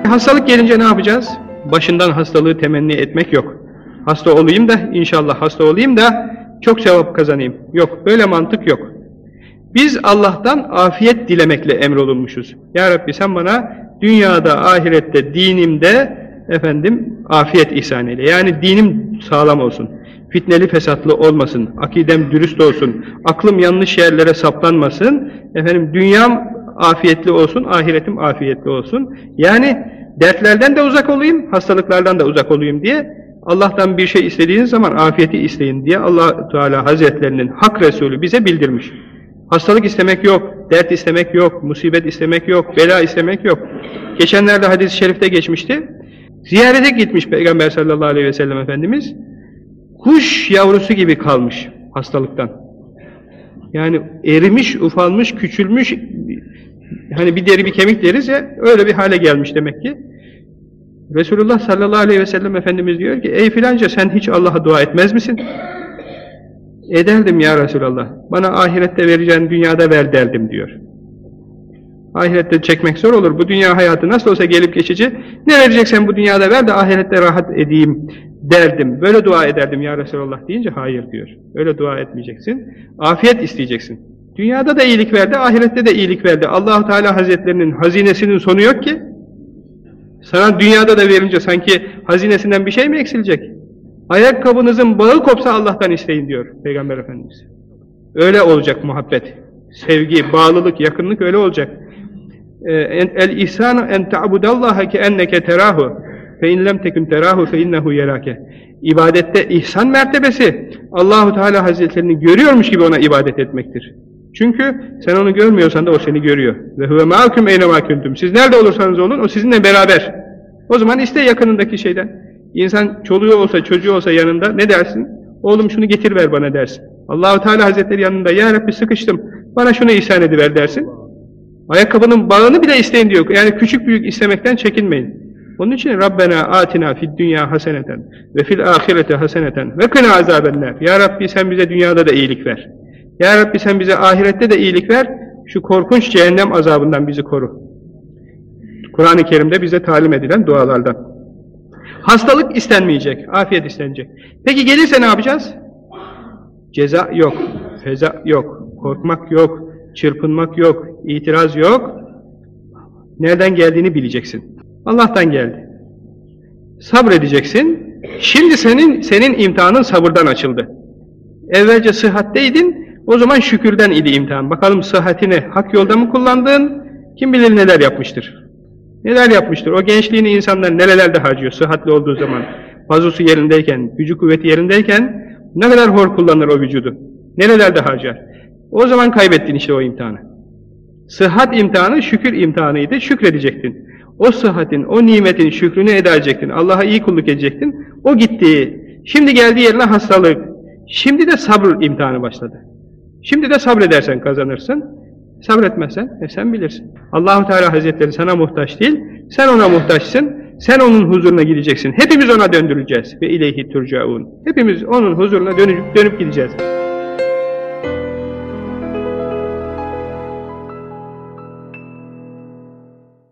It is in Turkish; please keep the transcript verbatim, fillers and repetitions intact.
hastalık gelince ne yapacağız? Başından hastalığı temenni etmek yok. Hasta olayım da, inşallah hasta olayım da çok sevap kazanayım. Yok, böyle mantık yok. Biz Allah'tan afiyet dilemekle emrolunmuşuz. Ya Rabbi sen bana dünyada, ahirette, dinimde efendim afiyet ihsan eyle. Yani dinim sağlam olsun. Fitneli fesatlı olmasın. Akidem dürüst olsun. Aklım yanlış yerlere saplanmasın. Efendim dünyam afiyetli olsun, ahiretim afiyetli olsun. Yani dertlerden de uzak olayım, hastalıklardan da uzak olayım diye Allah'tan bir şey istediğiniz zaman afiyeti isteyin diye Allah Teala Hazretlerinin Hak Resulü bize bildirmiş. Hastalık istemek yok, dert istemek yok, musibet istemek yok, bela istemek yok. Geçenlerde hadis-i şerifte geçmişti. Ziyarete gitmiş Peygamber sallallahu aleyhi ve sellem Efendimiz. Kuş yavrusu gibi kalmış hastalıktan. Yani erimiş, ufalmış, küçülmüş, hani bir deri bir kemik deriz ya, öyle bir hale gelmiş demek ki. Resulullah sallallahu aleyhi ve sellem Efendimiz diyor ki, ey filanca sen hiç Allah'a dua etmez misin? Ederdim ya Resulallah. Bana ahirette vereceğin dünyada ver derdim diyor. Ahirette çekmek zor olur. Bu dünya hayatı nasıl olsa gelip geçici. Ne vereceksen bu dünyada ver de ahirette rahat edeyim derdim. Böyle dua ederdim ya Resulallah deyince hayır diyor. Öyle dua etmeyeceksin. Afiyet isteyeceksin. Dünyada da iyilik verdi, ahirette de iyilik verdi. Allah-u Teala Hazretlerinin hazinesinin sonu yok ki. Sana dünyada da verince sanki hazinesinden bir şey mi eksilecek? Ayakkabınızın bağı kopsa Allah'tan isteyin diyor Peygamber Efendimiz. Öyle olacak muhabbet, sevgi, bağlılık, yakınlık öyle olacak. El-ihsanu en ta'budallaha keenneke terahu fe in lem tekun terahu fe innehu yerake. İbadette ihsan mertebesi Allah-u Teala Hazretlerini görüyormuş gibi ona ibadet etmektir. Çünkü sen onu görmüyorsan da o seni görüyor. Ve huve ma'akum eyne ma kuntum. Siz nerede olursanız olun o sizinle beraber. O zaman iste yakınındaki şeyden. İnsan çoluğu olsa, çocuğu olsa yanında ne dersin? Oğlum şunu getir ver bana dersin. Allah-u Teala Hazretleri yanında, ya Rabbi sıkıştım, bana şunu ihsan ediver dersin. Ayakkabının bağını bile isteyin diyor. Yani küçük büyük istemekten çekinmeyin. Onun için Rabbena atina fid dünya haseneten ve fil ahirete haseneten ve kına azabenler. Ya Rabbi sen bize dünyada da iyilik ver. Ya Rabbi sen bize ahirette de iyilik ver. Şu korkunç cehennem azabından bizi koru. Kur'an-ı Kerim'de bize talim edilen dualardan. Hastalık istenmeyecek, afiyet istenecek. Peki gelirse ne yapacağız? Ceza yok, feza yok, korkmak yok, çırpınmak yok, itiraz yok. Nereden geldiğini bileceksin. Allah'tan geldi. Sabredeceksin. Şimdi senin senin imtihanın sabırdan açıldı. Evvelce sıhhatteydin, o zaman şükürden idi imtihan. Bakalım sıhhatini hak yolda mı kullandın? Kim bilir neler yapmıştır. Neler yapmıştır? O gençliğini insanlar nerelerde harcıyor sıhhatli olduğu zaman. Vazosu yerindeyken, gücü kuvveti yerindeyken ne kadar hor kullanır o vücudu. Nerelerde harcar. O zaman kaybettin işte o imtihanı. Sıhhat imtihanı şükür imtihanıydı. Şükredecektin. O sıhhatin, o nimetin şükrünü edecektin. Allah'a iyi kulluk edecektin. O gitti. Şimdi geldiği yerine hastalık. Şimdi de sabır imtihanı başladı. Şimdi de sabredersen kazanırsın. Sabretmezsen, e sen bilirsin. Allah-u Teala Hazretleri sana muhtaç değil, sen ona muhtaçsın, sen onun huzuruna gideceksin. Hepimiz ona döndürüleceğiz. Ve ileyhi turcaun. Hepimiz onun huzuruna dönüp, dönüp gideceğiz.